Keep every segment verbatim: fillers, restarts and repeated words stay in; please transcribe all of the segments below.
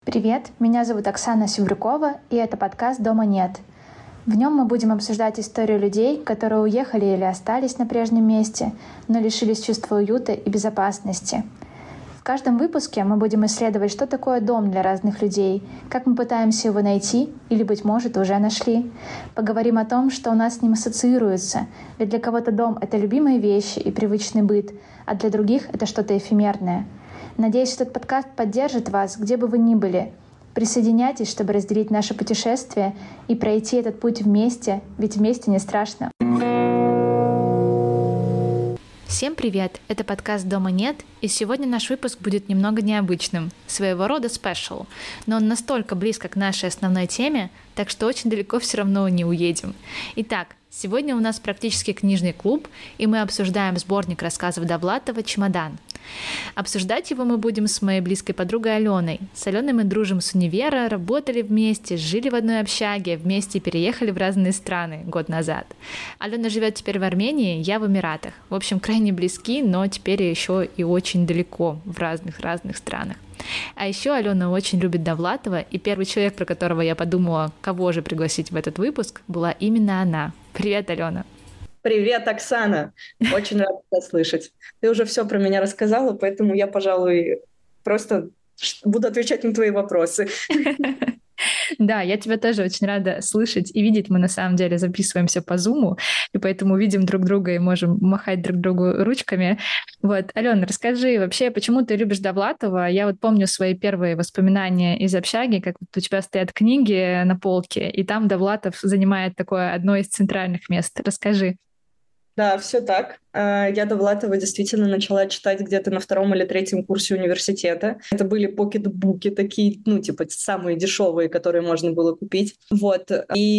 Привет, меня зовут Оксана Севрюкова, и это подкаст «Дома нет». В нем мы будем обсуждать историю людей, которые уехали или остались на прежнем месте, но лишились чувства уюта и безопасности. В каждом выпуске мы будем исследовать, что такое дом для разных людей, как мы пытаемся его найти или, быть может, уже нашли. Поговорим о том, что у нас с ним ассоциируется, ведь для кого-то дом — это любимые вещи и привычный быт, а для других — это что-то эфемерное. Надеюсь, этот подкаст поддержит вас, где бы вы ни были. Присоединяйтесь, чтобы разделить наше путешествие и пройти этот путь вместе, ведь вместе не страшно. Всем привет! Это подкаст «Дома нет», и сегодня наш выпуск будет немного необычным, своего рода спешл, но он настолько близко к нашей основной теме, так что очень далеко все равно не уедем. Итак, сегодня у нас практически книжный клуб, и мы обсуждаем сборник рассказов Довлатова «Чемодан». Обсуждать его мы будем с моей близкой подругой Аленой. С Аленой мы дружим с универа, работали вместе, жили в одной общаге, вместе переехали в разные страны год назад. Алена живет теперь в Армении, я в Эмиратах. В общем, крайне близки, но теперь еще и очень далеко в разных-разных странах. А еще Алена очень любит Довлатова, и первый человек, про которого я подумала, кого же пригласить в этот выпуск, была именно она. Привет, Алена! Привет, Оксана! Очень рада тебя слышать. Ты уже все про меня рассказала, поэтому я, пожалуй, просто буду отвечать на твои вопросы. Да, я тебя тоже очень рада слышать и видеть. Мы на самом деле записываемся по Зуму, и поэтому видим друг друга и можем махать друг другу ручками. Вот, Алена, расскажи вообще, почему ты любишь Довлатова? Я вот помню свои первые воспоминания из общаги, как вот у тебя стоят книги на полке, и там Довлатов занимает такое одно из центральных мест. Расскажи. Да, все так. Я Довлатова действительно начала читать где-то на втором или третьем курсе университета. Это были покетбуки такие, ну, типа, самые дешевые, которые можно было купить. Вот.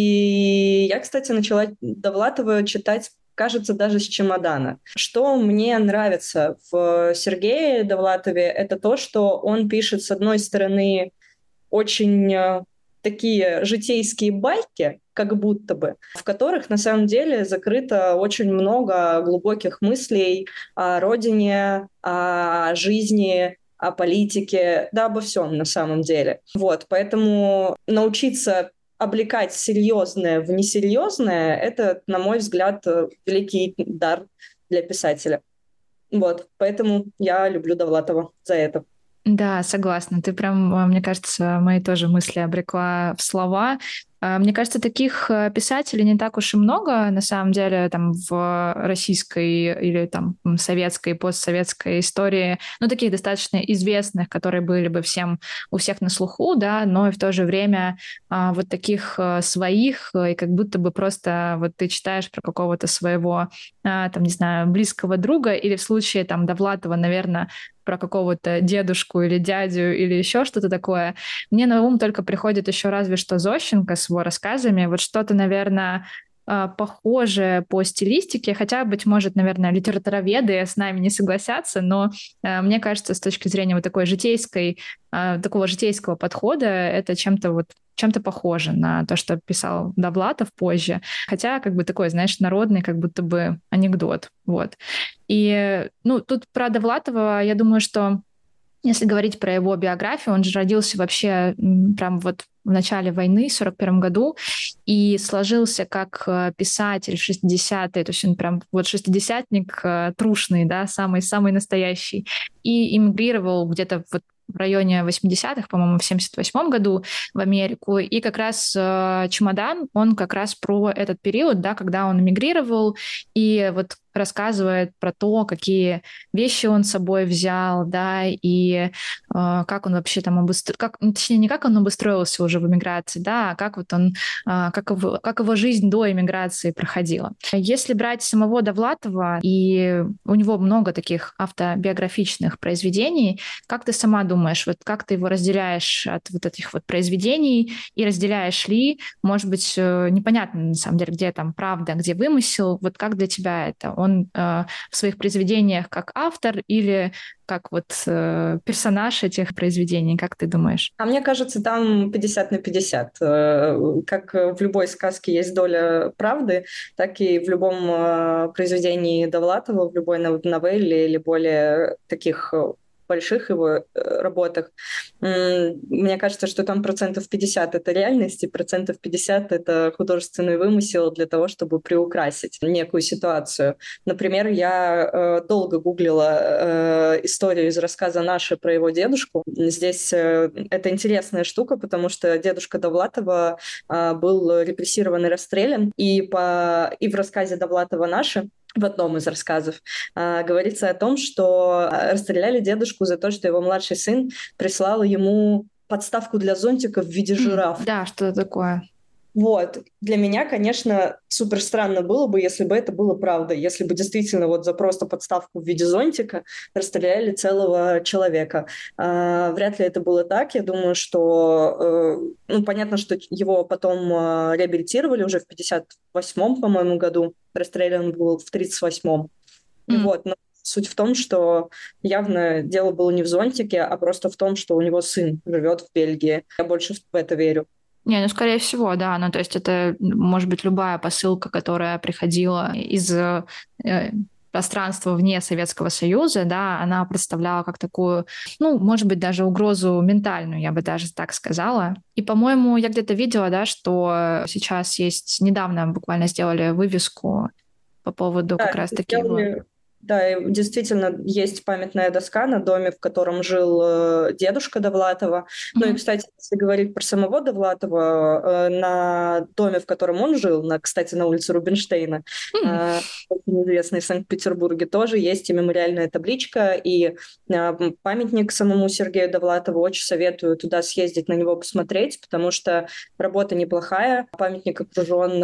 И я, кстати, начала Довлатова читать, кажется, даже с чемодана. Что мне нравится в Сергее Довлатове, это то, что он пишет, с одной стороны, очень такие житейские байки, как будто бы, в которых на самом деле закрыто очень много глубоких мыслей о родине, о жизни, о политике, да, обо всем на самом деле. Вот, поэтому научиться облекать серьезное в несерьезное — это, на мой взгляд, великий дар для писателя. Вот, поэтому я люблю Довлатова за это. Да, согласна. Ты прям, мне кажется, мои тоже мысли обрекла в слова. Мне кажется, таких писателей не так уж и много, на самом деле, там, в российской или там советской, постсоветской истории, ну, таких достаточно известных, которые были бы всем, у всех на слуху, да, но и в то же время вот таких своих, и как будто бы просто вот ты читаешь про какого-то своего, там, не знаю, близкого друга, или в случае, там, Довлатова, наверное, про какого-то дедушку или дядю или еще что-то такое. Мне на ум только приходит еще разве что Зощенко с его рассказами. Вот что-то, наверное, похожее по стилистике, хотя, быть может, наверное, литературоведы с нами не согласятся, но мне кажется, с точки зрения вот такой житейской, такого житейского подхода, это чем-то вот чем-то похоже на то, что писал Довлатов позже, хотя как бы такой, знаешь, народный как будто бы анекдот, вот. И, ну, тут про Довлатова, я думаю, что если говорить про его биографию, он же родился вообще прям вот в начале войны, в сорок первом году, и сложился как писатель в шестидесятые, то есть он прям вот шестидесятник трушный, да, самый-самый настоящий, и эмигрировал где-то вот в районе восьмидесятых, по-моему, в семьдесят восьмом году в Америку. И как раз э, «Чемодан», он как раз про этот период, да, когда он эмигрировал, и вот рассказывает про то, какие вещи он с собой взял, да, и э, как он вообще там обустроился, как, точнее, не как он обустроился уже в эмиграции, да, а как вот он, э, как, его, как его жизнь до эмиграции проходила. Если брать самого Довлатова, и у него много таких автобиографичных произведений, как ты сама думаешь, вот как ты его разделяешь от вот этих вот произведений, и разделяешь ли, может быть, непонятно на самом деле, где там правда, где вымысел, вот как для тебя это? Он э, в своих произведениях как автор или как вот э, персонаж этих произведений, как ты думаешь? А мне кажется, там пятьдесят на пятьдесят. Как в любой сказке есть доля правды, так и в любом произведении Довлатова, в любой новелле или более таких больших его э, работах. М, Мне кажется, что там процентов пятьдесят это реальность, и процентов пятьдесят это художественный вымысел для того, чтобы приукрасить некую ситуацию. Например, я э, долго гуглила э, историю из рассказа Наши про его дедушку. Здесь э, это интересная штука, потому что дедушка Довлатова э, был репрессирован и расстрелян, и, по, и в рассказе Довлатова «Наши» в одном из рассказов э, говорится о том, что расстреляли дедушку за то, что его младший сын прислал ему подставку для зонтика в виде жирафа. Да, что такое? Вот. Для меня, конечно, супер странно было бы, если бы это было правдой, если бы действительно вот за просто подставку в виде зонтика расстреляли целого человека. А, вряд ли это было так. Я думаю, что... Э, ну, понятно, что его потом э, реабилитировали уже в пятьдесят восьмом, по-моему, году. Расстрелян был в тридцать восьмом. Mm. Вот. Но суть в том, что явно дело было не в зонтике, а просто в том, что у него сын живет в Бельгии. Я больше в это верю. Не, ну, скорее всего, да. Ну, то есть это может быть любая посылка, которая приходила из э, пространства вне Советского Союза, да, она представляла как такую, ну, может быть, даже угрозу ментальную, я бы даже так сказала. И, по-моему, я где-то видела, да, что сейчас есть, недавно буквально сделали вывеску по поводу Да, как раз-таки сделали... его... Да, и действительно есть памятная доска на доме, в котором жил э, дедушка Довлатова. Mm-hmm. Ну и, кстати, если говорить про самого Довлатова, э, на доме, в котором он жил, на, кстати, на улице Рубинштейна, mm-hmm. э, очень известной в Санкт-Петербурге, тоже есть и мемориальная табличка, и э, памятник самому Сергею Довлатову. Очень советую туда съездить, на него посмотреть, потому что работа неплохая. Памятник окружен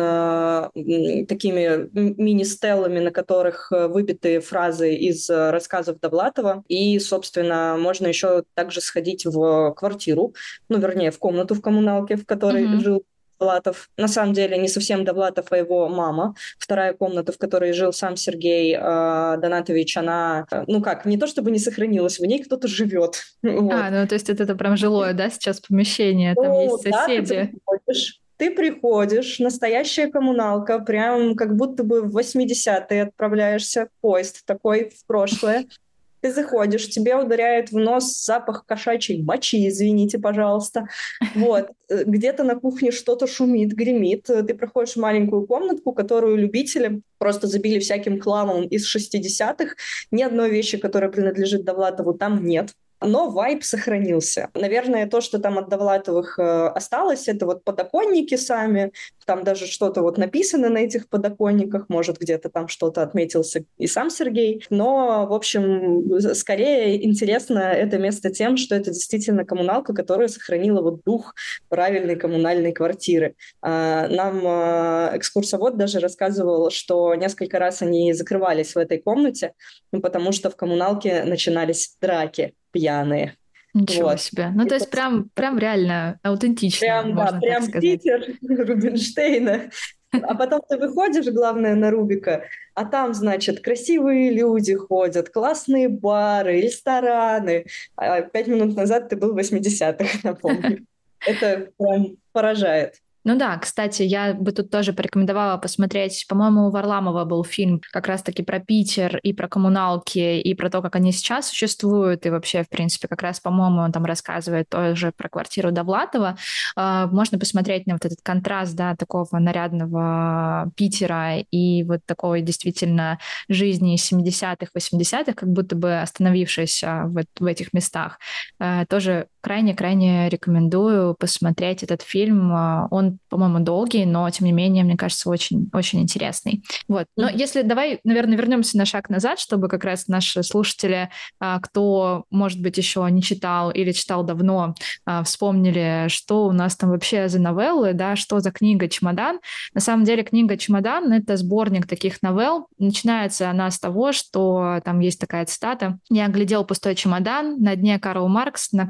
э, такими мини-стеллами, на которых выбиты фразы из рассказов Довлатова. И, собственно, можно еще также сходить в квартиру, ну, вернее, в комнату в коммуналке, в которой mm-hmm. жил Довлатов. На самом деле не совсем Довлатов, а его мама. Вторая комната, в которой жил сам Сергей э, Донатович, она, ну как, не то чтобы не сохранилась, в ней кто-то живет. Вот. А, ну то есть это, это прям жилое, да, сейчас помещение, там ну, есть соседи. Да, ты приходишь, настоящая коммуналка, прям как будто бы в восьмидесятые отправляешься, поезд такой в прошлое. Ты заходишь, тебе ударяет в нос запах кошачьей мочи, извините, пожалуйста. Вот. Где-то на кухне что-то шумит, гремит. Ты проходишь в маленькую комнатку, которую любители просто забили всяким хламом из шестидесятых. Ни одной вещи, которая принадлежит Довлатову, там нет. Но вайб сохранился. Наверное, то, что там от Довлатовых э, осталось, это вот подоконники сами, там даже что-то вот написано на этих подоконниках, может, где-то там что-то отметился и сам Сергей. Но, в общем, скорее интересно это место тем, что это действительно коммуналка, которая сохранила вот дух правильной коммунальной квартиры. Э, нам э, экскурсовод даже рассказывал, что несколько раз они закрывались в этой комнате, потому что в коммуналке начинались драки пьяные. Ничего вот. себе. Ну, то есть прям, прям реально аутентично, прям, можно да, так прям сказать. Питер Рубинштейна. А потом ты выходишь, главное, на Рубика, а там, значит, красивые люди ходят, классные бары, рестораны. А пять минут назад ты был в восьмидесятых, напомню. Это прям поражает. Ну да, кстати, я бы тут тоже порекомендовала посмотреть, по-моему, у Варламова был фильм как раз-таки про Питер и про коммуналки, и про то, как они сейчас существуют, и вообще, в принципе, как раз, по-моему, он там рассказывает тоже про квартиру Довлатова. Можно посмотреть на вот этот контраст, да, такого нарядного Питера и вот такой действительно жизни семидесятых, восьмидесятых, как будто бы остановившейся в, в этих местах. Тоже крайне-крайне рекомендую посмотреть этот фильм. Он, по-моему, долгий, но, тем не менее, мне кажется, очень, очень интересный. Вот. Но mm-hmm. если давай, наверное, вернемся на шаг назад, чтобы как раз наши слушатели, кто, может быть, еще не читал или читал давно, вспомнили, что у нас там вообще за новеллы, да, что за книга «Чемодан». На самом деле книга «Чемодан» — это сборник таких новелл. Начинается она с того, что там есть такая цитата: «Я оглядел пустой чемодан, на дне Карл Маркс, на крышке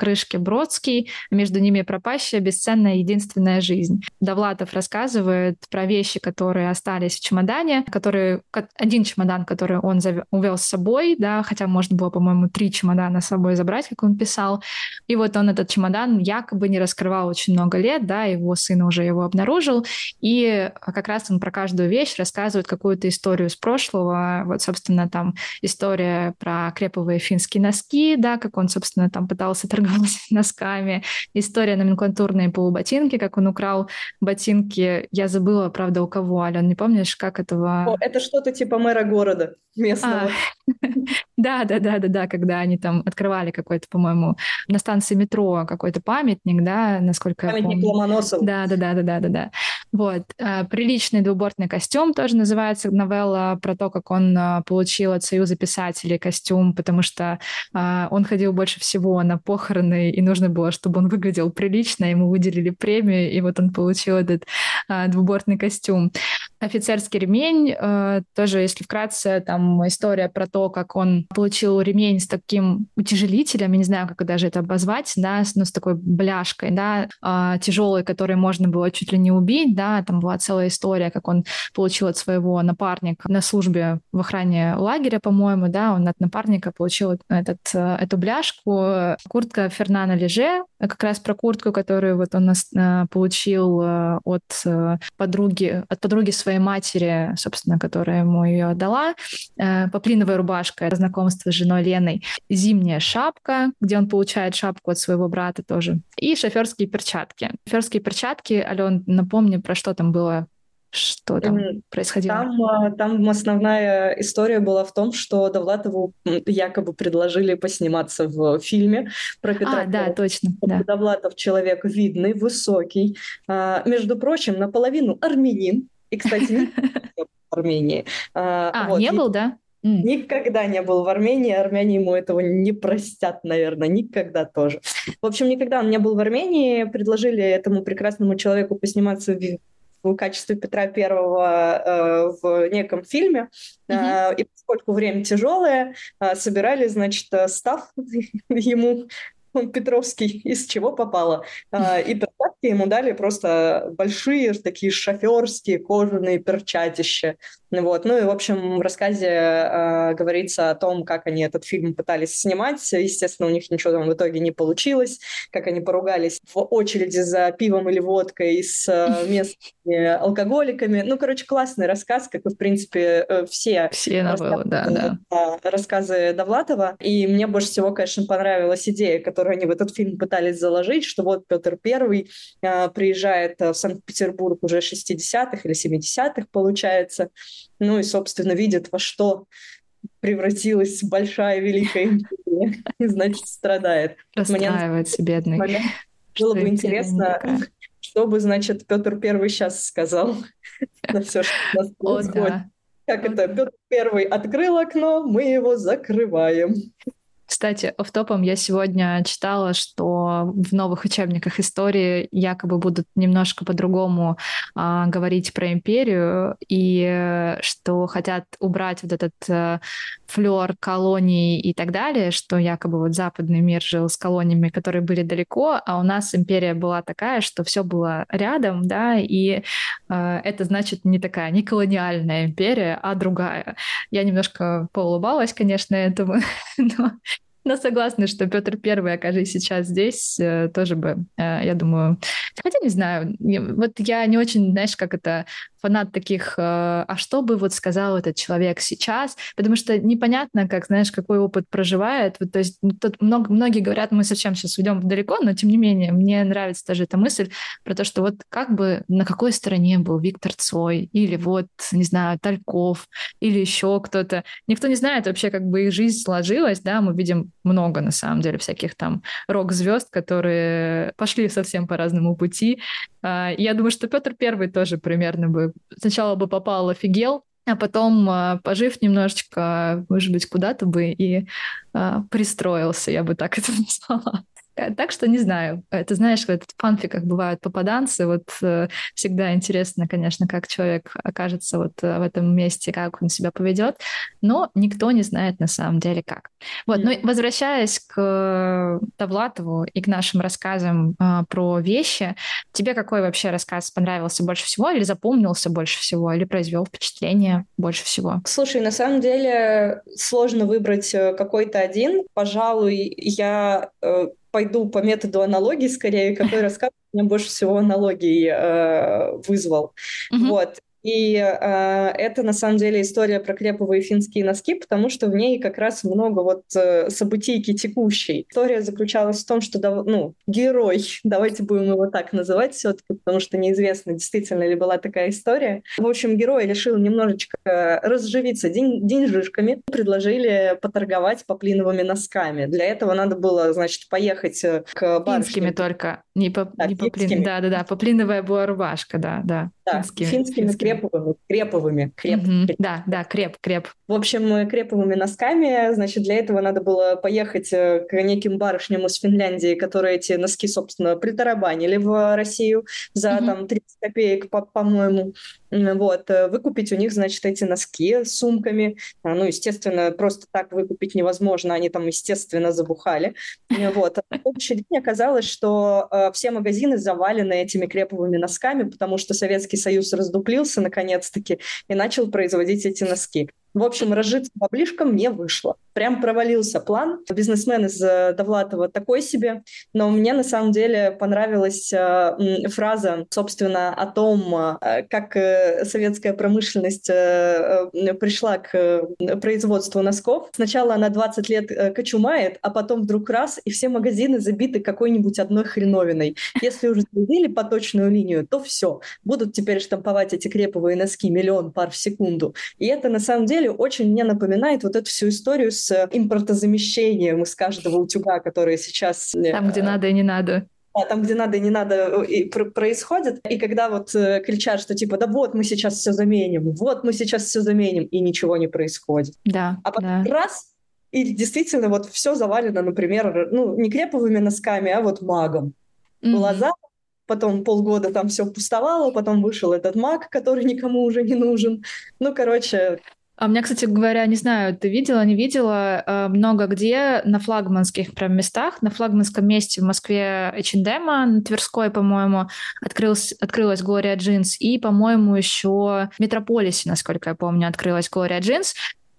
Бродский, между ними пропащая, бесценная, единственная жизнь. Довлатов рассказывает про вещи, которые остались в чемодане, которые, один чемодан, который он увел с собой, да, хотя можно было, по-моему, три чемодана с собой забрать, как он писал. И вот он этот чемодан якобы не раскрывал очень много лет, да, его сын уже его обнаружил, и как раз он про каждую вещь рассказывает какую-то историю с прошлого. Вот, собственно, там история про креповые финские носки, да, как он, собственно, там пытался торговать носками. История номенклатурные полуботинки, как он украл ботинки. Я забыла, правда, у кого, Ален, не помнишь, как этого... О, это что-то типа мэра города местного. Да, да, да, да, да, когда они там открывали какой-то, по-моему, на станции метро какой-то памятник, да, насколько памятник я помню. Ломоносову. Да, да, да, да, да, да, да. Вот. Приличный двубортный костюм тоже называется новелла про то, как он получил от Союза писателей костюм, потому что он ходил больше всего на похороны, и нужно было, чтобы он выглядел прилично, ему выделили премию, и вот он получил этот двубортный костюм. Офицерский ремень, тоже, если вкратце, там история про то, как он получил ремень с таким утяжелителем, я не знаю, как даже это обозвать, да, но с такой бляшкой, да, тяжелой, которой можно было чуть ли не убить, да, там была целая история, как он получил от своего напарника на службе в охране лагеря, по-моему, да, он от напарника получил этот, эту бляшку. Куртка Фернана Леже, как раз про куртку, которую вот он получил от подруги, от подруги своей матери, собственно, которая ему ее отдала. Поплиновая рубашка — это знакомство с женой Леной. Зимняя шапка, где он получает шапку от своего брата тоже. И шоферские перчатки. Шоферские перчатки, Ален, напомни, про что там было, что там mm-hmm. происходило. Там, там основная история была в том, что Довлатову якобы предложили посниматься в фильме про Петра А, да, точно. Да. Довлатов человек видный, высокий, а, между прочим, наполовину армянин. И, кстати, не был в Армении. А, а вот. не был, да? Никогда не был в Армении, армяне ему этого не простят, наверное, никогда тоже. В общем, никогда он не был в Армении, предложили этому прекрасному человеку посниматься в, в качестве Петра Первого э, в неком фильме, mm-hmm. э, и поскольку время тяжелое, э, собирали, значит, став ему... Петровский, из чего попало. И перчатки ему дали просто большие, такие шоферские кожаные перчатища. Вот. Ну и, в общем, в рассказе э, говорится о том, как они этот фильм пытались снимать. Естественно, у них ничего там в итоге не получилось, как они поругались в очереди за пивом или водкой с э, местными алкоголиками. Ну, короче, классный рассказ, как и, в принципе, э, все, все новеллы, да, да. рассказы Довлатова. И мне больше всего, конечно, понравилась идея, которую они в этот фильм пытались заложить, что вот Петр Первый э, приезжает в Санкт-Петербург уже шестидесятых или семидесятых, получается, ну и, собственно, видит, во что превратилась большая великая империя, и, значит, страдает. Расстраивается, Мне бедный. было бы интересно, что бы, значит, Петр Первый сейчас сказал на все, что у нас происходит. Как это? Петр Первый открыл окно, мы его закрываем. Кстати, офф-топом я сегодня читала, что в новых учебниках истории якобы будут немножко по-другому а, говорить про империю, и что хотят убрать вот этот а, флёр колоний и так далее, что якобы вот западный мир жил с колониями, которые были далеко, а у нас империя была такая, что все было рядом, да, и а, это значит не такая, не колониальная империя, а другая. Я немножко поулыбалась, конечно, этому, но... Но согласна, что Петр Первый, окажись сейчас здесь, тоже бы, я думаю... Хотя не знаю, вот я не очень, знаешь, как это... фанат таких, а что бы вот сказал этот человек сейчас, потому что непонятно, как, знаешь, какой опыт проживает. Вот, то есть тут много, многие говорят, мы совсем сейчас уйдем далеко, но тем не менее мне нравится даже эта мысль про то, что вот как бы на какой стороне был Виктор Цой или вот, не знаю, Тальков или еще кто-то. Никто не знает вообще, как бы их жизнь сложилась, да, мы видим много, на самом деле, всяких там рок-звезд, которые пошли совсем по разному пути. Я думаю, что Петр Первый тоже примерно бы сначала бы попал, офигел, а потом, пожив немножечко, может быть, куда-то бы и а, пристроился, я бы так это назвала. Так что не знаю. Ты знаешь, в этот фанфиках бывают попаданцы. Вот э, всегда интересно, конечно, как человек окажется вот э, в этом месте, как он себя поведет. Но никто не знает на самом деле как. Вот. Ну, и возвращаясь к э, Довлатову и к нашим рассказам э, про вещи, тебе какой вообще рассказ понравился больше всего или запомнился больше всего, или произвел впечатление больше всего? Слушай, на самом деле сложно выбрать э, какой-то один. Пожалуй, я э, пойду по методу аналогии скорее, какой рассказ меня больше всего аналогий э, вызвал. Мгм. Вот. И э, это на самом деле история про креповые финские носки, потому что в ней как раз много вот э, событийки текущей. История заключалась в том, что дав- ну, герой, давайте будем его так называть все-таки, потому что неизвестно, действительно ли была такая история. В общем, герой решил немножечко разживиться день- деньжишками, предложили поторговать поплиновыми носками. Для этого надо было, значит, поехать э, к Финскими барышням, только, не по, да, не по плин... финскими, Да-да-да, поплиновая была рубашка, да, да, да, финскими, финскими финскими. креповыми, креповыми, креп, Мгм. Да, да, креп, креп. В общем, креповыми носками, значит, для этого надо было поехать э, к неким барышням из Финляндии, которые эти носки, собственно, притарабанили в Россию за Мгм. там тридцать копеек, по- по-моему. М, Вот, э, выкупить у них, значит, эти носки с сумками. А, Ну, естественно, просто так выкупить невозможно, они там, естественно, забухали. М, Вот. А на следующий день оказалось, что э, все магазины завалены этими креповыми носками, потому что Советский Союз раздуплился, наконец-таки, и начал производить эти носки. В общем, разжиться баблишком не вышло. Прям провалился план. Бизнесмен из э, Довлатова такой себе. Но мне на самом деле понравилась э, м, фраза, собственно, о том, э, как э, советская промышленность э, э, пришла к э, производству носков. Сначала она двадцать лет э, кочумает, а потом вдруг раз, и все магазины забиты какой-нибудь одной хреновиной. Если уже завели поточную линию, то все. Будут теперь штамповать эти креповые носки миллион пар в секунду. И это на самом деле очень мне напоминает вот эту всю историю с импортозамещением из каждого утюга, которые сейчас Там, где э, надо и не надо. да, там, где надо и не надо, э, и пр- происходит. И когда вот э, кричат, что типа, да вот мы сейчас все заменим, вот мы сейчас все заменим, и ничего не происходит. Да, А потом да. раз, и действительно вот все завалено, например, ну, не креповыми носками, а вот магом. Была Мгм. за, потом полгода там все пустовало, потом вышел этот маг, который никому уже не нужен. Ну, короче, А у меня, кстати говоря, не знаю, ты видела, не видела, э, много где на флагманских прям местах, на флагманском месте в Москве эйч энд эм, на Тверской, по-моему, открылась, открылась Gloria Jeans, и, по-моему, еще в Метрополисе, насколько я помню, открылась Gloria Jeans.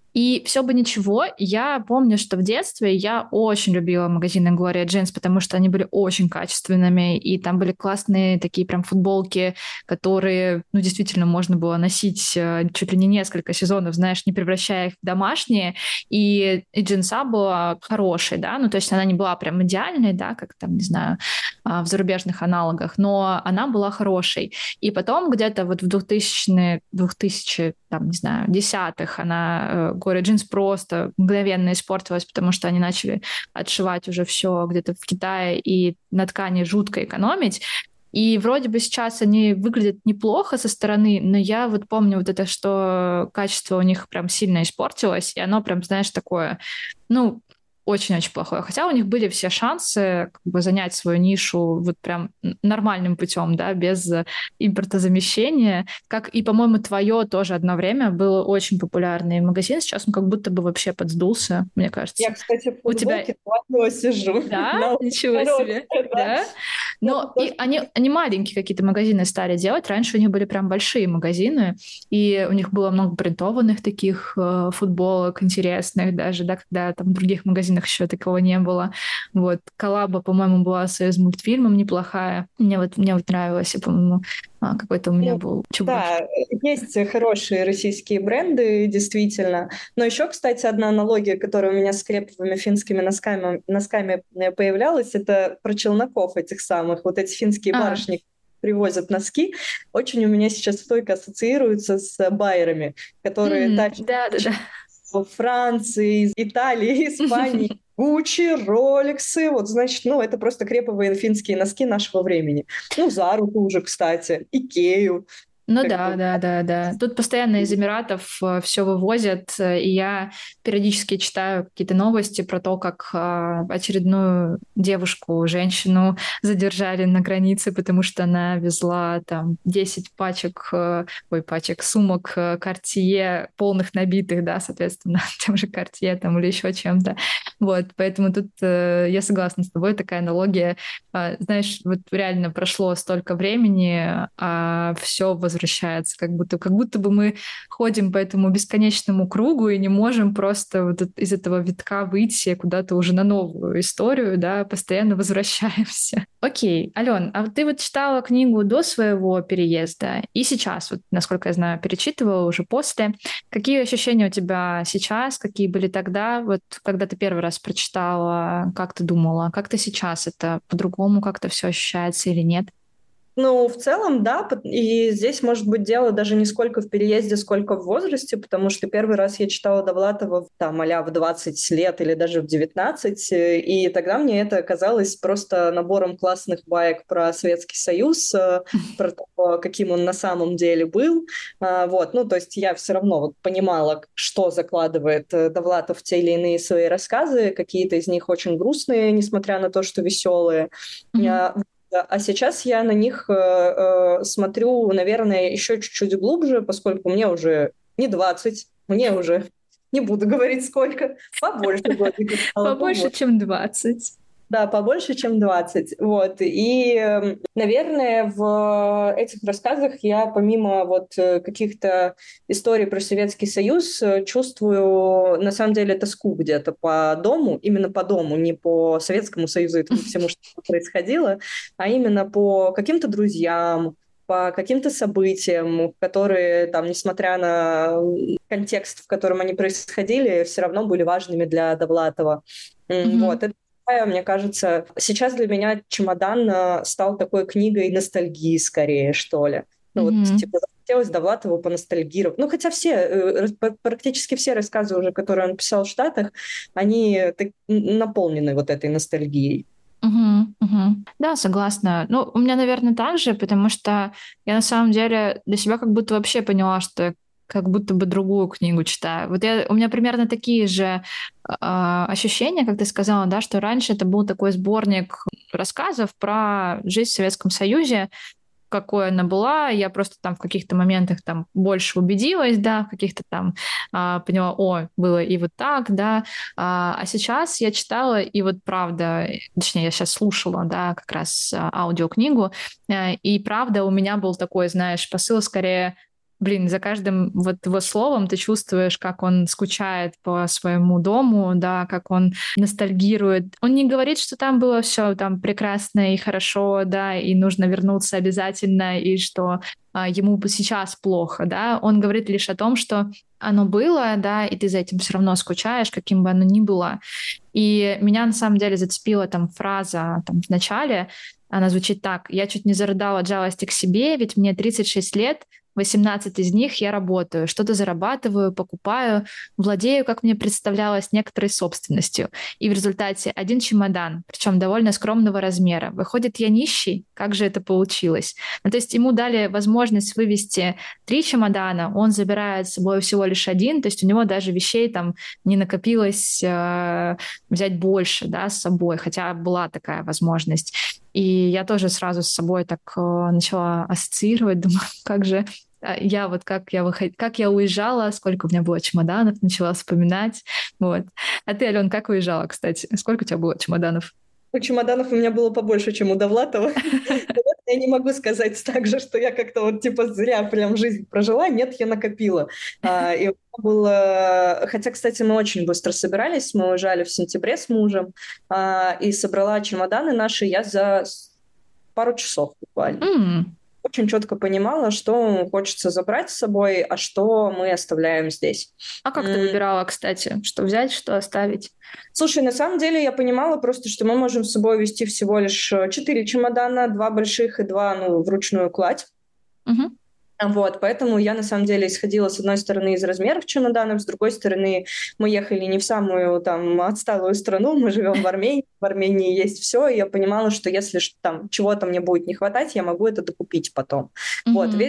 И все бы ничего, я помню, что в детстве я очень любила магазины Gloria Jeans, потому что они были очень качественными, и там были классные такие прям футболки, которые, ну, действительно можно было носить э, чуть ли не несколько сезонов, знаешь, не превращая их в домашние, и, и джинса была хорошей, да, ну, то есть она не была прям идеальной, да, как там, не знаю, а, в зарубежных аналогах, но она была хорошей. И потом где-то вот в двухтысячные, двухтысячные, там, не знаю, десятых она, э, Gloria Jeans просто мгновенно испортилась, потому что они начали отшивать уже все где-то в Китае и на ткани жутко экономить. И вроде бы сейчас они выглядят неплохо со стороны, но я вот помню вот это, что качество у них прям сильно испортилось, и оно прям, знаешь, такое, ну, очень-очень плохое. Хотя у них были все шансы как бы занять свою нишу вот прям нормальным путем, да, без импортозамещения. Как и, по-моему, твое тоже одно время был очень популярный магазин. Сейчас он как будто бы вообще подсдулся, мне я, кажется. кстати, в У тебя футболке твоего сижу да, на ничего улице, себе, да. да. Это Но тоже и они, они маленькие какие-то магазины стали делать. Раньше у них были прям большие магазины, и у них было много принтованных таких э, футболок интересных даже, да, когда там в других магазинах еще такого не было. Вот. Коллаба, по-моему, была с мультфильмом неплохая. Мне вот, мне вот нравилось, и, по-моему, а, какой-то у меня Ну, был чубчик. да, есть хорошие российские бренды, действительно. Но еще, кстати, одна аналогия, которая у меня с креповыми финскими носками, носками появлялась, это про челноков этих самых. Вот эти финские А, барышни привозят носки. Очень у меня сейчас стойко ассоциируются с байерами, которые м, тащат да, да, да. во Франции, Италии, Испании. Гуччи, Роликсы, вот, значит, ну, это просто креповые финские носки нашего времени. Ну, Зару тоже, кстати, Икею. Ну Как да, бы. да, да, да. Тут постоянно из Эмиратов все вывозят, э, и я периодически читаю какие-то новости про то, как а, очередную девушку, женщину задержали на границе, потому что она везла там десять пачек, э, ой, пачек, сумок э, Cartier, полных набитых, да, соответственно, тем же Cartier там или еще чем-то. Вот, поэтому тут э, я согласна с тобой, такая аналогия. А, знаешь, вот реально прошло столько времени, а все возвращается, как будто, как будто бы мы ходим по этому бесконечному кругу и не можем просто вот от- из этого витка выйти куда-то уже на новую историю, да, постоянно возвращаемся. Окей, Ален, а вот ты вот читала книгу до своего переезда и сейчас, вот, насколько я знаю, перечитывала уже после. Какие ощущения у тебя сейчас, какие были тогда, вот когда ты первый раз прочитала, как ты думала, как ты сейчас, это по-другому как-то все ощущается или нет? Ну, в целом, да, пот- и здесь может быть дело даже не сколько в переезде, сколько в возрасте, потому что первый раз я читала Довлатова в- там а в двадцать лет или даже в девятнадцать, э, и тогда мне это казалось просто набором классных баек про Советский Союз, э, про то, каким он на самом деле был. А, Вот, ну, то есть я все равно вот понимала, что закладывает э, Довлатов в те или иные свои рассказы, какие-то из них очень грустные, несмотря на то, что веселые. Мгм. А, да, а сейчас я на них э, э, смотрю, наверное, еще чуть-чуть глубже, поскольку мне уже не двадцать, мне уже, не буду говорить сколько, побольше годиков стало, Побольше, побольше. чем двадцать. Да, побольше, чем двадцать. Вот. И, э, наверное, в этих рассказах я, помимо вот э, каких-то историй про Советский Союз, э, чувствую, на самом деле, тоску где-то по дому, именно по дому, не по Советскому Союзу и тому всему, что там происходило, а именно по каким-то друзьям, по каким-то событиям, которые, там, несмотря на контекст, в котором они происходили, все равно были важными для Довлатова. М, Мгм. Вот. Это такая, мне кажется, сейчас для меня «Чемодан» э, стал такой книгой ностальгии скорее, что ли. Ну вот, Мгм. типа, захотелось Довлатову поностальгировать. Ну, хотя все, э, рас- п- практически все рассказы уже, которые он писал в Штатах, они так- н- наполнены вот этой ностальгией. Мгм. Мгм. Да, согласна. Ну, у меня, наверное, так же, потому что я на самом деле для себя как будто вообще поняла, что я как будто бы другую книгу читаю. Вот я, у меня примерно такие же а, ощущения, как ты сказала, да, что раньше это был такой сборник рассказов про жизнь в Советском Союзе, какой она была. Я просто там в каких-то моментах там больше убедилась, да, в каких-то там а, поняла, о, было и вот так, да. А, а сейчас я читала, и вот правда, э, точнее, я сейчас слушала, да, как раз а, аудиокнигу, э, и правда у меня был такой, знаешь, посыл скорее. Блин, за каждым вот его словом ты чувствуешь, как он скучает по своему дому, да, как он ностальгирует. Он не говорит, что там было все там прекрасно и хорошо, да, и нужно вернуться обязательно, и что а, ему бы сейчас плохо, да. Он говорит лишь о том, что оно было, да, и ты за этим все равно скучаешь, каким бы оно ни было. И меня на самом деле зацепила там фраза там в начале, она звучит так: «Я чуть не зарыдала от жалости к себе, ведь мне тридцать шесть лет, восемнадцать из них я работаю, что-то зарабатываю, покупаю, владею, как мне представлялось, некоторой собственностью. И в результате один чемодан, причем довольно скромного размера. Выходит, я нищий? Как же это получилось?» Ну, то есть ему дали возможность вывести три чемодана, он забирает с собой всего лишь один, то есть у него даже вещей там не накопилось э, взять больше, да, с собой, хотя была такая возможность. И я тоже сразу с собой так э, начала ассоциировать, думаю, как же а, я вот как я выход... как я уезжала, сколько у меня было чемоданов, начала вспоминать. Вот. А ты, Ален, как уезжала, кстати? Сколько у тебя было чемоданов? Ну, чемоданов у меня было побольше, чем у Довлатова. Наверное, я не могу сказать так же, что я как-то вот типа зря прям жизнь прожила. Нет, я накопила. А, и у меня было... Хотя, кстати, мы очень быстро собирались. Мы уезжали в сентябре с мужем. А, и собрала чемоданы наши я за с- пару часов буквально. М. Очень четко понимала, что хочется забрать с собой, а что мы оставляем здесь. А как ты выбирала, кстати, что взять, что оставить? Слушай, на самом деле я понимала просто, что мы можем с собой вести всего лишь э, четыре чемодана, два больших и два, ну, вручную кладь. Мгм. А Вот, поэтому я на самом деле исходила с одной стороны из размеров чемоданов, с другой стороны мы ехали не в самую там отсталую страну, мы живем в Армении, в Армении есть все, и я понимала, что если ш- там чего-то мне будет не хватать, я могу это докупить потом. Вот, Мгм. весь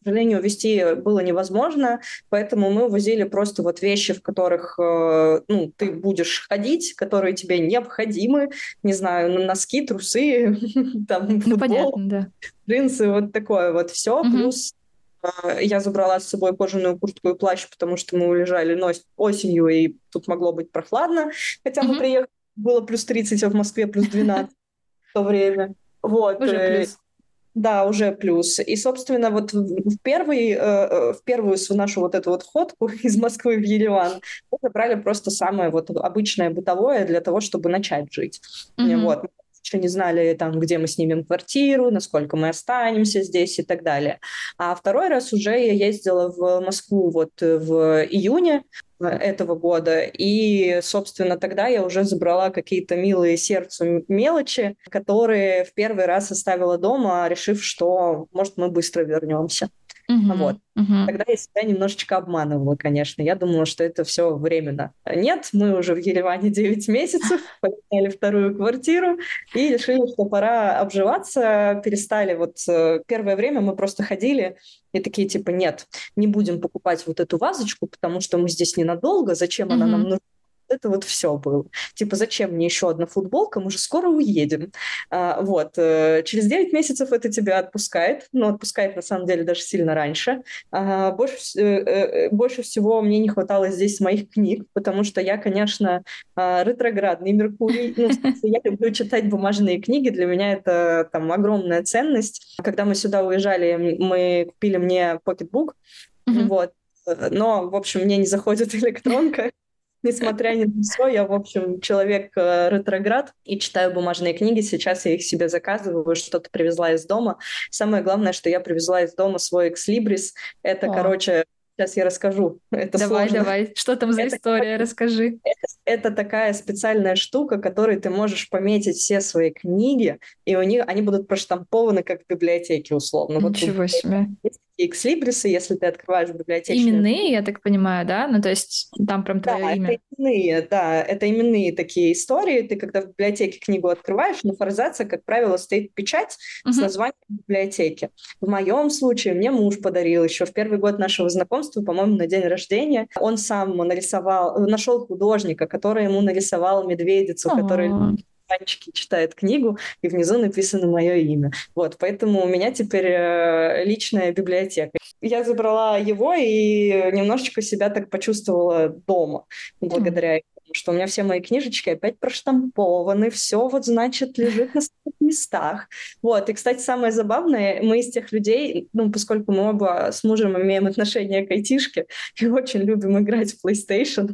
сожалению, увезти было невозможно, поэтому мы увозили просто вот вещи, в которых э, ну, ты будешь ходить, которые тебе необходимы, не знаю, носки, трусы, там, Ну, футбол, понятно, да. джинсы, вот такое вот все. Мгм. Плюс э, я забрала с собой кожаную куртку и плащ, потому что мы уезжали нос- осенью, и тут могло быть прохладно, хотя мы Мгм. приехали, было плюс тридцать, а в Москве плюс двенадцать в то время. Вот, Уже э, плюс. да, уже плюс. И, собственно, вот в в первый, э, э, в первую с- нашу вот эту вот ходку из Москвы в Ереван мы забрали просто самое вот обычное бытовое для того, чтобы начать жить. Мгм. Вот. Мы еще не знали, там, где мы снимем квартиру, насколько мы останемся здесь и так далее. А второй раз уже я ездила в Москву вот э, в июне э, этого года, и, собственно, тогда я уже забрала какие-то милые сердцу м- мелочи, которые в первый раз оставила дома, решив, что, может, мы быстро вернемся. Вот. Мгм. Мгм. Тогда я себя немножечко обманывала, конечно. Я думала, что это все временно. Нет, мы уже в Ереване девять месяцев, поменяли вторую квартиру и решили, что пора обживаться. Перестали вот э, первое время мы просто ходили и такие типа, нет, не будем покупать вот эту вазочку, потому что мы здесь ненадолго, зачем она нам Мгм. нужна? Это вот все было. Типа, зачем мне еще одна футболка? Мы же скоро уедем. А, вот. э, Через девять месяцев это тебя отпускает, но отпускает на самом деле даже сильно раньше. А, Больше, вс- э, э, больше всего мне не хватало здесь моих книг, потому что я, конечно, а, ретроградный Меркурий. Ну, в смысле, я люблю читать бумажные книги, для меня это там огромная ценность. Когда мы сюда уезжали, м- мы купили мне покетбук, Мгм. вот. Э, Но, в общем, мне не заходит электронка. Несмотря ни на все, я, в общем, человек э, ретроград и читаю бумажные книги. Сейчас я их себе заказываю, что-то привезла из дома. Самое главное, что я привезла из дома свой экслибрис. Это, О, короче, сейчас я расскажу. Это давай, сложно. давай. Что там за Это, история? короче, Расскажи. это, это такая специальная штука, которой ты можешь пометить все свои книги, и у них они будут проштампованы как в библиотеке, условно. Вот тут Ничего себе. есть такие экслибрисы, если ты открываешь библиотечную Именные, я так понимаю, да? Ну, то есть там прям да, твое это имя. именные, да, это именные такие истории. Ты, когда в библиотеке книгу открываешь, на форзаце, как правило, стоит печать с Мгм. названием библиотеки. В моем случае мне муж подарил еще в первый год нашего знакомства, по-моему, на день рождения. Он сам нарисовал, нашел художника, который ему нарисовал медведицу, которая О, мальчики читает книгу, и внизу написано мое имя. Вот, поэтому у меня теперь э, личная библиотека. Я забрала его и немножечко себя так почувствовала дома м. благодаря этому, что у меня все мои книжечки опять проштампованы, все вот, значит, лежит на своих местах. Вот, и, кстати, самое забавное, мы из тех людей, ну, поскольку мы оба с мужем имеем отношение к айтишке и очень любим играть в PlayStation,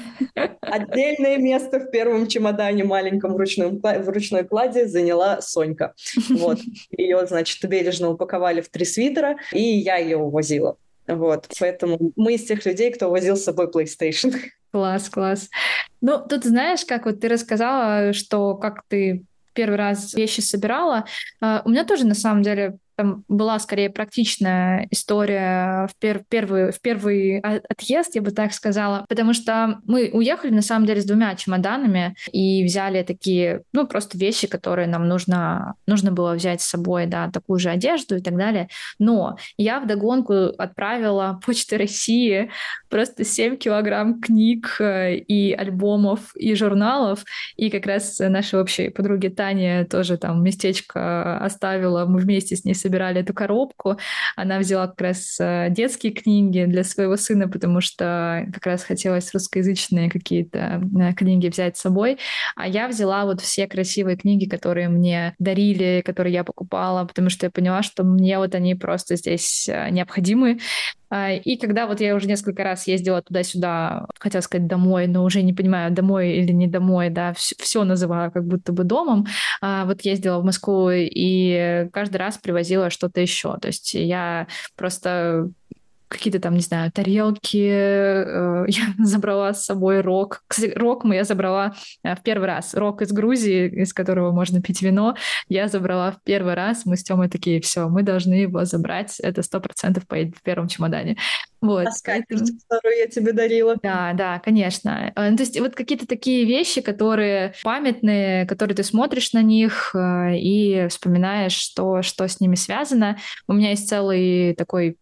отдельное место в первом чемодане маленьком в, ручном, в ручной кладе заняла Сонька. Вот. Ее, значит, бережно упаковали в три свитера, и я ее увозила. Вот. Поэтому мы из тех людей, кто возил с собой PlayStation. Класс, класс. Ну, тут знаешь, как вот ты рассказала, что как ты первый раз вещи собирала. А, У меня тоже, на самом деле, там была скорее практичная история в, пер- первый, в первый о- отъезд, я бы так сказала, потому что мы уехали, на самом деле, с двумя чемоданами и взяли такие, ну, просто вещи, которые нам нужно, нужно было взять с собой, да, такую же одежду и так далее. Но я вдогонку отправила Почтой России просто семь килограмм книг э, и альбомов, и журналов. И как раз нашей общей подруге Тане тоже там местечко оставила. Мы вместе с ней собирали эту коробку. Она взяла как раз э, детские книги для своего сына, потому что как раз хотелось русскоязычные какие-то э, книги взять с собой. А я взяла вот все красивые книги, которые мне дарили, которые я покупала, потому что я поняла, что мне вот они просто здесь э, необходимы. А, И когда вот я уже несколько раз ездила туда-сюда, хотела сказать домой, но уже не понимаю, домой или не домой, да, все называю как будто бы домом. А, Вот ездила в Москву и каждый раз привозила что-то еще. То есть я просто какие-то там, не знаю, тарелки. э, Я забрала с собой рог. Кстати, рог мы я забрала э, в первый раз. Рог из Грузии, из которого можно пить вино, я забрала в первый раз. Мы с Тёмой такие, все, мы должны его забрать. Это сто процентов поедет в первом чемодане. Вот, А скатерть, поэтому... которую я тебе дарила. Да, да, конечно. Э, ну, то есть вот какие-то такие вещи, которые памятные, которые ты смотришь на них э, и вспоминаешь, что, что с ними связано. У меня есть целый такой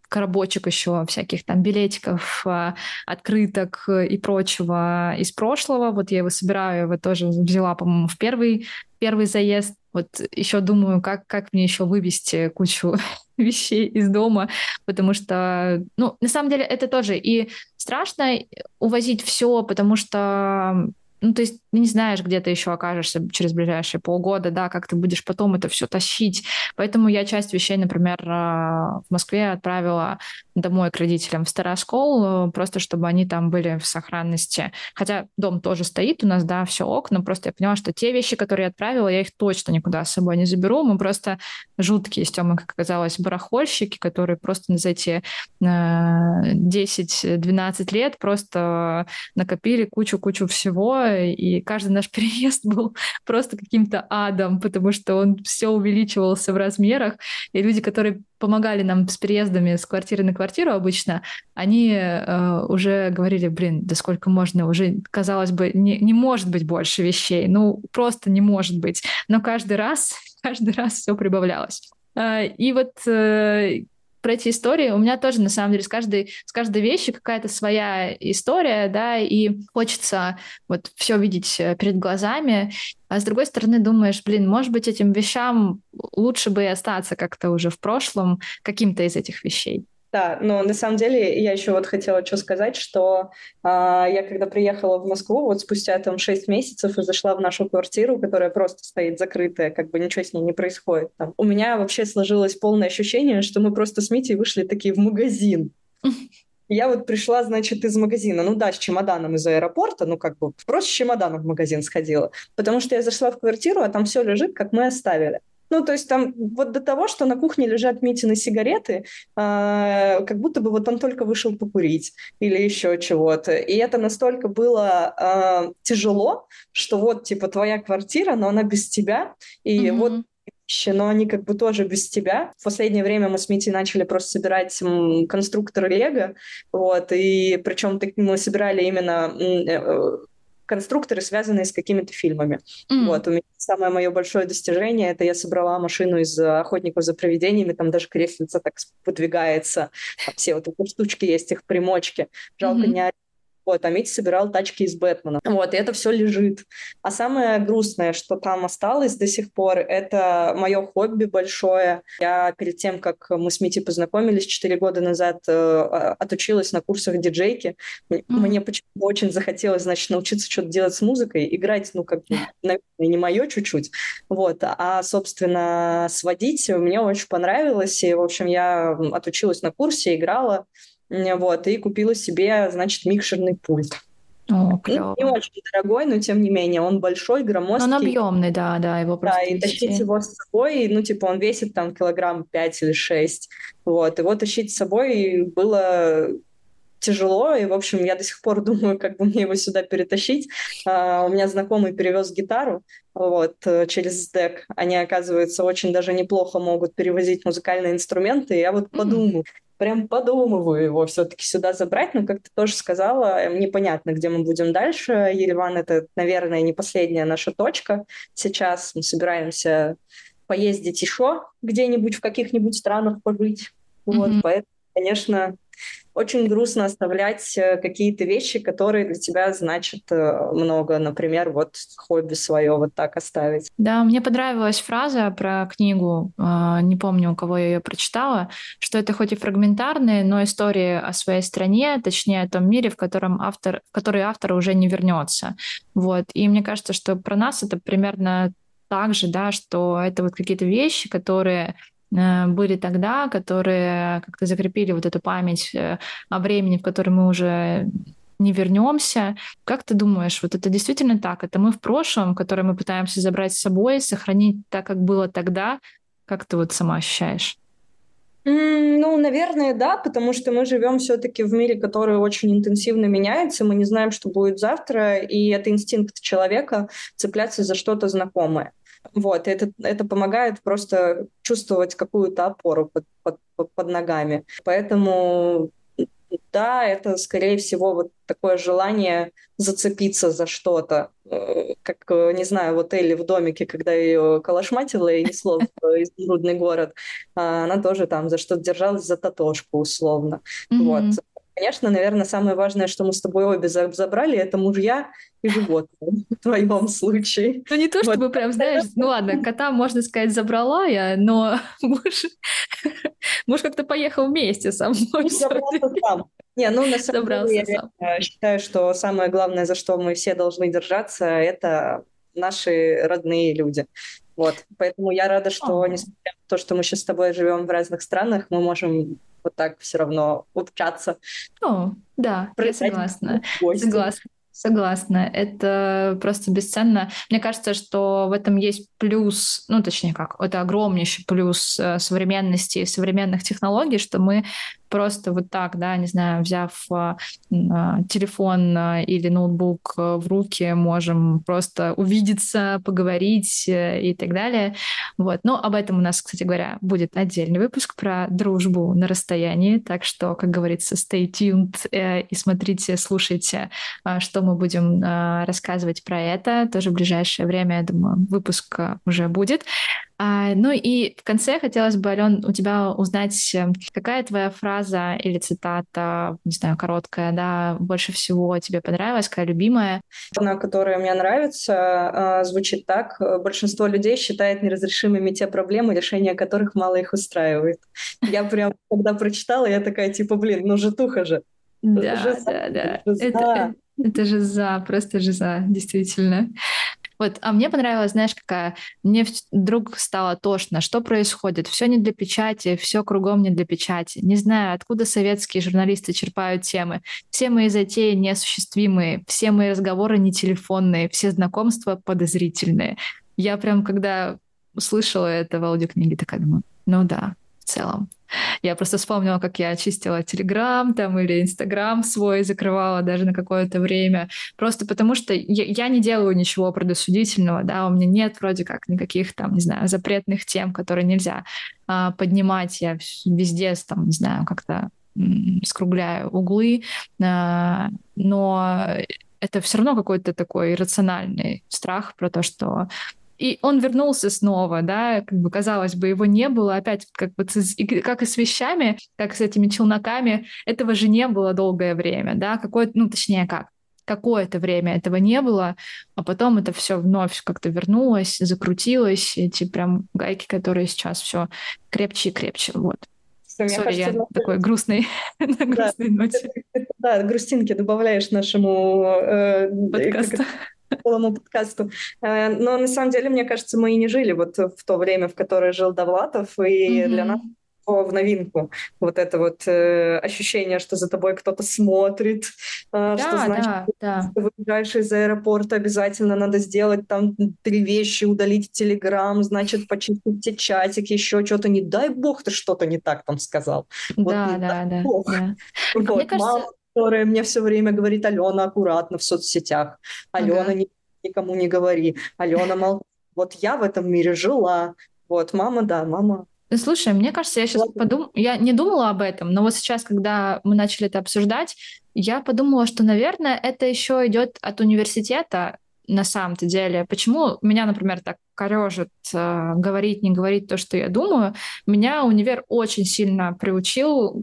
коробочек еще всяких там билетиков, а, открыток и прочего из прошлого. Вот я его собираю, его тоже взяла, по-моему, в первый, первый заезд. Вот еще думаю, как, как мне еще вывести кучу вещей из дома, потому что, ну, на самом деле это тоже и страшно увозить все, потому что, ну, то есть ты не знаешь, где ты еще окажешься через ближайшие полгода, да, как ты будешь потом это все тащить. Поэтому я часть вещей, например, в Москве отправила домой к родителям в Староскол, просто чтобы они там были в сохранности. Хотя дом тоже стоит у нас, да, все ок, но просто я поняла, что те вещи, которые я отправила, я их точно никуда с собой не заберу. Мы просто жуткие с Тёмой, как оказалось, барахольщики, которые просто за эти десять-двенадцать лет просто накопили кучу-кучу всего, и каждый наш переезд был просто каким-то адом, потому что он все увеличивался в размерах, и люди, которые помогали нам с переездами с квартиры на квартиру обычно, они э, уже говорили, блин, да сколько можно, уже, казалось бы, не, не может быть больше вещей, ну, просто не может быть. Но каждый раз, каждый раз все прибавлялось. Э, и вот э, про эти истории у меня тоже, на самом деле, с каждой, с каждой вещью какая-то своя история, да, и хочется вот все видеть перед глазами. А с другой стороны, думаешь, блин, может быть, этим вещам лучше бы и остаться как-то уже в прошлом, каким-то из этих вещей. Да, но на самом деле я еще вот хотела что сказать, что а, я когда приехала в Москву, вот спустя там шесть месяцев и зашла в нашу квартиру, которая просто стоит закрытая, как бы ничего с ней не происходит. Там. У меня вообще сложилось полное ощущение, что мы просто с Митей вышли такие в магазин. Я вот пришла, значит, из магазина, ну да, с чемоданом из аэропорта, ну как бы просто с чемоданом в магазин сходила, потому что я зашла в квартиру, а там все лежит, как мы оставили. Ну, то есть там вот до того, что на кухне лежат Митины сигареты, э, как будто бы вот он только вышел покурить или еще чего-то. И это настолько было э, тяжело, что вот, типа, твоя квартира, но она без тебя, и mm-hmm. вот вещи, но они как бы тоже без тебя. В последнее время мы с Митей начали просто собирать м, конструкторы Лего, вот, и причем мы собирали именно м, конструкторы, связанные с какими-то фильмами. Mm. Вот, у меня самое мое большое достижение — это я собрала машину из «Охотников за привидениями», там даже креслица так подвигается, там все вот эти штучки есть, их примочки. Жалко, mm-hmm. не вот, а Митя собирал тачки из Бэтмена. Вот, и это все лежит. А самое грустное, что там осталось до сих пор, это мое хобби большое. Я перед тем, как мы с Митей познакомились четыре года назад, отучилась на курсах диджейки. Mm-hmm. Мне почему-то очень захотелось, значит, научиться что-то делать с музыкой, играть, ну, как бы, наверное, не мое чуть-чуть. Вот, а, собственно, сводить мне очень понравилось. И, в общем, я отучилась на курсе, играла. Вот, и купила себе, значит, микшерный пульт. О, клево. Ну, не очень дорогой, но тем не менее, он большой, громоздкий. Но он объемный, да, да, его просто Да, и вести. тащить его с собой, ну, типа, он весит там килограмм пять или шесть. Вот, его тащить с собой было тяжело, и, в общем, я до сих пор думаю, как бы мне его сюда перетащить. Uh, у меня знакомый перевез гитару, вот, через сдэк. Они, оказывается, очень даже неплохо могут перевозить музыкальные инструменты, и я вот mm-hmm. подумаю, прям подумываю его все-таки сюда забрать, но, как ты тоже сказала, непонятно, где мы будем дальше. Ереван — это, наверное, не последняя наша точка. Сейчас мы собираемся поездить еще где-нибудь в каких-нибудь странах пожить. Mm-hmm. Вот, поэтому, конечно, очень грустно оставлять какие-то вещи, которые для тебя значат много. Например, вот хобби свое вот так оставить. Да, мне понравилась фраза про книгу, не помню, у кого я ее прочитала, что это хоть и фрагментарные, но истории о своей стране, точнее о том мире, в котором автор, в который автор уже не вернется. Вот. И мне кажется, что про нас это примерно так же, да, что это вот какие-то вещи, которые были тогда, которые как-то закрепили вот эту память о времени, в котором мы уже не вернемся. Как ты думаешь, вот это действительно так? Это мы в прошлом, которое мы пытаемся забрать с собой, сохранить так, как было тогда? Как ты вот сама ощущаешь? Mm, ну, наверное, да, потому что мы живем все-таки в мире, который очень интенсивно меняется, мы не знаем, что будет завтра, и это инстинкт человека цепляться за что-то знакомое. Вот, и это, это помогает просто чувствовать какую-то опору под, под, под ногами. Поэтому, да, это, скорее всего, вот такое желание зацепиться за что-то. э, как, э, не знаю, вот Элли в домике, когда ее калашматило и несло в э, изумрудный город, а она тоже там за что-то держалась, за татошку условно. Вот. Мгм. Конечно, наверное, самое важное, что мы с тобой обе за- забрали, это мужья и животные в твоем случае. Ну, не то Вот. чтобы прям, знаешь, ну ладно, кота, можно сказать, забрала я, но муж, муж как-то поехал вместе со мной Муж забрался все-таки, сам. Не, ну, на самом деле, я забрался сам. реально считаю, что самое главное, за что мы все должны держаться, это наши родные люди. Вот. Поэтому я рада, что, О, несмотря на то, что мы сейчас с тобой живем в разных странах, мы можем вот так все равно общаться, о, да, я прощать согласна, в гости. согласна. Согласна, это просто бесценно. Мне кажется, что в этом есть плюс, ну, точнее как, это огромнейший плюс э, современности и современных технологий, что мы просто вот так, да, не знаю, взяв э, м, э, телефон э, или ноутбук э, в руки, можем просто увидеться, поговорить э, и так далее. Вот. Но об этом у нас, кстати говоря, будет отдельный выпуск про дружбу на расстоянии, так что, как говорится, stay tuned э, и смотрите, слушайте, а, что мы будем а, рассказывать про это. Тоже в ближайшее время, я думаю, выпуск а, уже будет. А, ну и в конце хотелось бы, Ален, у тебя узнать, э, какая твоя фраза или цитата, не знаю, короткая, да, больше всего тебе понравилась, какая любимая? Она, которая мне нравится, а, звучит так. Большинство людей считает неразрешимыми те проблемы, решение которых мало их устраивает. Я прям, когда прочитала, я такая, типа, блин, ну житуха же. Да, Жиза, да, да. Это, жиза. это, это жиза, просто жиза, действительно. Вот, а мне понравилось, знаешь, какая? Мне вс- вдруг стало тошно. Что происходит? Все не для печати, все кругом не для печати. Не знаю, откуда советские журналисты черпают темы. Все мои затеи неосуществимые, все мои разговоры не телефонные, все знакомства подозрительные. Я прям, когда услышала это в аудиокниге, такая думаю, ну да, в целом. Я просто вспомнила, как я очистила Телеграм там или Инстаграм свой, закрывала даже на какое-то время. Просто потому что я, я не делаю ничего предосудительного, да, у меня нет вроде как никаких там, не знаю, запретных тем, которые нельзя а, поднимать. Я вс- везде там, не знаю, как-то м, скругляю углы, а, но это все равно какой-то такой иррациональный страх про то, что и он вернулся снова, да, как бы, казалось бы, его не было. Опять, как бы, с- и как и с вещами, как с этими челноками, этого же не было долгое время, да, какое, ну, точнее, как, какое-то время этого не было, а потом это все вновь как-то вернулось, закрутилось, эти прям гайки, которые сейчас все крепче и крепче, вот. Всё, мне Сори, кажется, я в такой нашей- грустный, на да, грустной ноте ты- да, грустинки добавляешь нашему э, как подкаста. это, целому подкасту. Э, но на самом деле, мне кажется, мы и не жили вот в то время, в которое жил Довлатов, и для нас Мгм. в новинку вот это вот э, ощущение, что за тобой кто-то смотрит, э, что Да, значит, да, да. ты выезжаешь из аэропорта, обязательно надо сделать там три вещи, удалить Телеграм, значит, почистить те чатики, еще что-то, не дай бог ты что-то не так там сказал. Вот Да, не дай да, да, бог. да. А мне Вот, мама, кажется, которая мне все время говорит: Алена, аккуратно в соцсетях. Алена, ага. ни- никому не говори. Алена, мол, вот я в этом мире жила. Вот, мама, да, мама. Ну, слушай, мне кажется, я сейчас подум... Я не думала об этом, но вот сейчас, когда мы начали это обсуждать, я подумала, что, наверное, это еще идет от университета на самом-то деле. Почему меня, например, так корежит э, говорить, не говорить то, что я думаю? Меня универ очень сильно приучил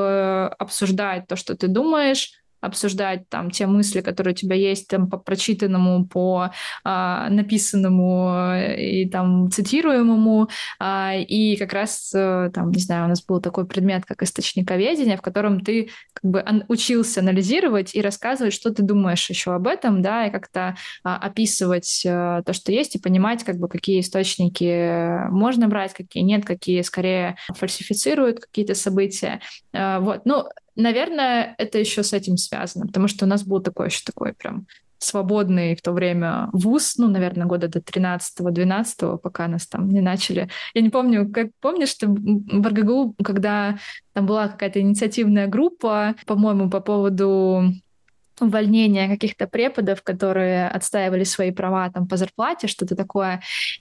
к обсуждать то, что ты думаешь, обсуждать там те мысли, которые у тебя есть там по прочитанному, по а, написанному э, и там цитируемому, а, и как раз, э, там, не знаю, у нас был такой предмет, как источниковедение, в котором ты как бы ан- учился анализировать и рассказывать, что ты думаешь еще об этом, да, и как-то а, описывать э, то, что есть, и понимать, как бы, какие источники можно брать, какие нет, какие скорее фальсифицируют какие-то события. Э, вот, ну, наверное, это еще с этим связано, потому что у нас был такой еще такой прям свободный в то время вуз, ну, наверное, года до тринадцатого-двенадцатого, пока нас там не начали. Я не помню, как помнишь, ты в РГГУ, когда там была какая-то инициативная группа, по-моему, по поводу увольнения каких-то преподов, которые отстаивали свои права там по зарплате, что-то такое.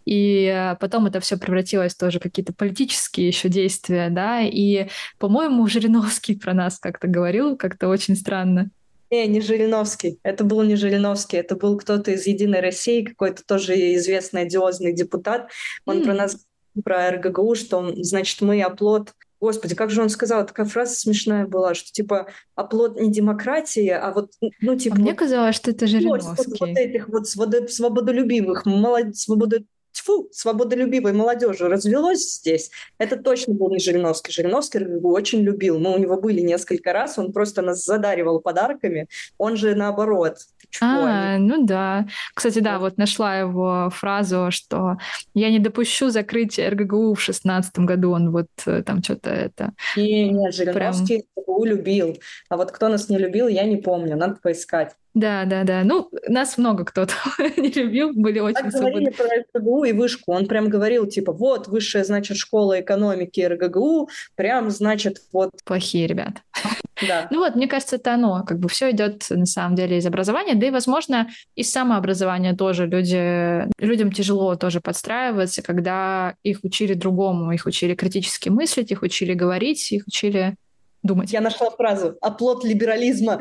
И э, потом это все превратилось тоже в какие-то политические еще действия, да. И, по-моему, Жириновский про нас как-то говорил, как-то очень странно. Не, не Жириновский. Это был не Жириновский. Это был кто-то из «Единой России», какой-то тоже известный одиозный депутат. Он про М, нас, про эр гэ гэ у, что, он, значит, мы оплот... Господи, как же он сказал? Такая фраза смешная была, что типа оплот не демократии, а вот, ну, А типа, мне вот казалось, что это плоть вот, вот Жириновский. этих вот свободо- свободолюбивых, молод... свободо... тьфу, свободолюбивой молодежи развелось здесь. Это точно был не Жириновский. Жириновский эр гэ гэ у очень любил. Мы у него были несколько раз, он просто нас задаривал подарками. Он же наоборот. Ты чего? Не... А, ну да. Кстати, да, вот нашла его фразу, что я не допущу закрытия эр гэ гэ у в шестнадцатом году. Он вот э, там что-то это Не, м, нет, прям... Жириновский эр гэ гэ у любил. А вот кто нас не любил, я не помню. Надо поискать. Да, да, да. Ну, нас много кто там не любил, были очень Так говорили свободны. про эр гэ гэ у и вышку. Он прям говорил, типа, вот, высшая, значит, школа экономики эр гэ гэ у, прям, значит, вот, Плохие ребята. да. Ну вот, мне кажется, это оно. Как бы все идет на самом деле из образования, да и, возможно, из самообразования тоже люди, людям тяжело тоже подстраиваться, когда их учили другому, их учили критически мыслить, их учили говорить, их учили думать. Я нашла фразу «оплот либерализма».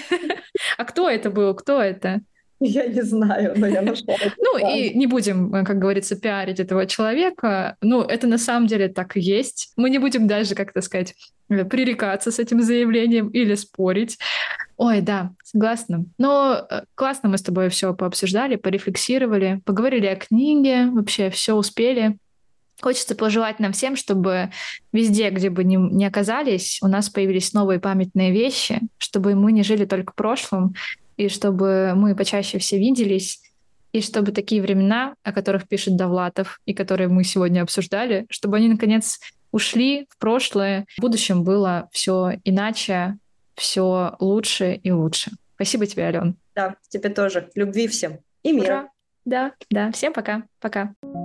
А кто это был? Кто это? Я не знаю, но я нашла эту Ну фразу. и не будем, э, как говорится, пиарить этого человека. Ну, это на самом деле так и есть. Мы не будем даже, как-то сказать, э, пререкаться с этим заявлением или спорить. Ой, да, согласна. Но э, классно мы с тобой все пообсуждали, порефлексировали, поговорили о книге, вообще все успели. Хочется пожелать нам всем, чтобы везде, где бы ни, ни оказались, у нас появились новые памятные вещи, чтобы мы не жили только прошлым, и чтобы мы почаще все виделись, и чтобы такие времена, о которых пишет Довлатов, и которые мы сегодня обсуждали, чтобы они, наконец, ушли в прошлое. В будущем было все иначе, все лучше и лучше. Спасибо тебе, Ален. Да, тебе тоже. Любви всем и мира. Ура! Да, да. Всем пока. Пока.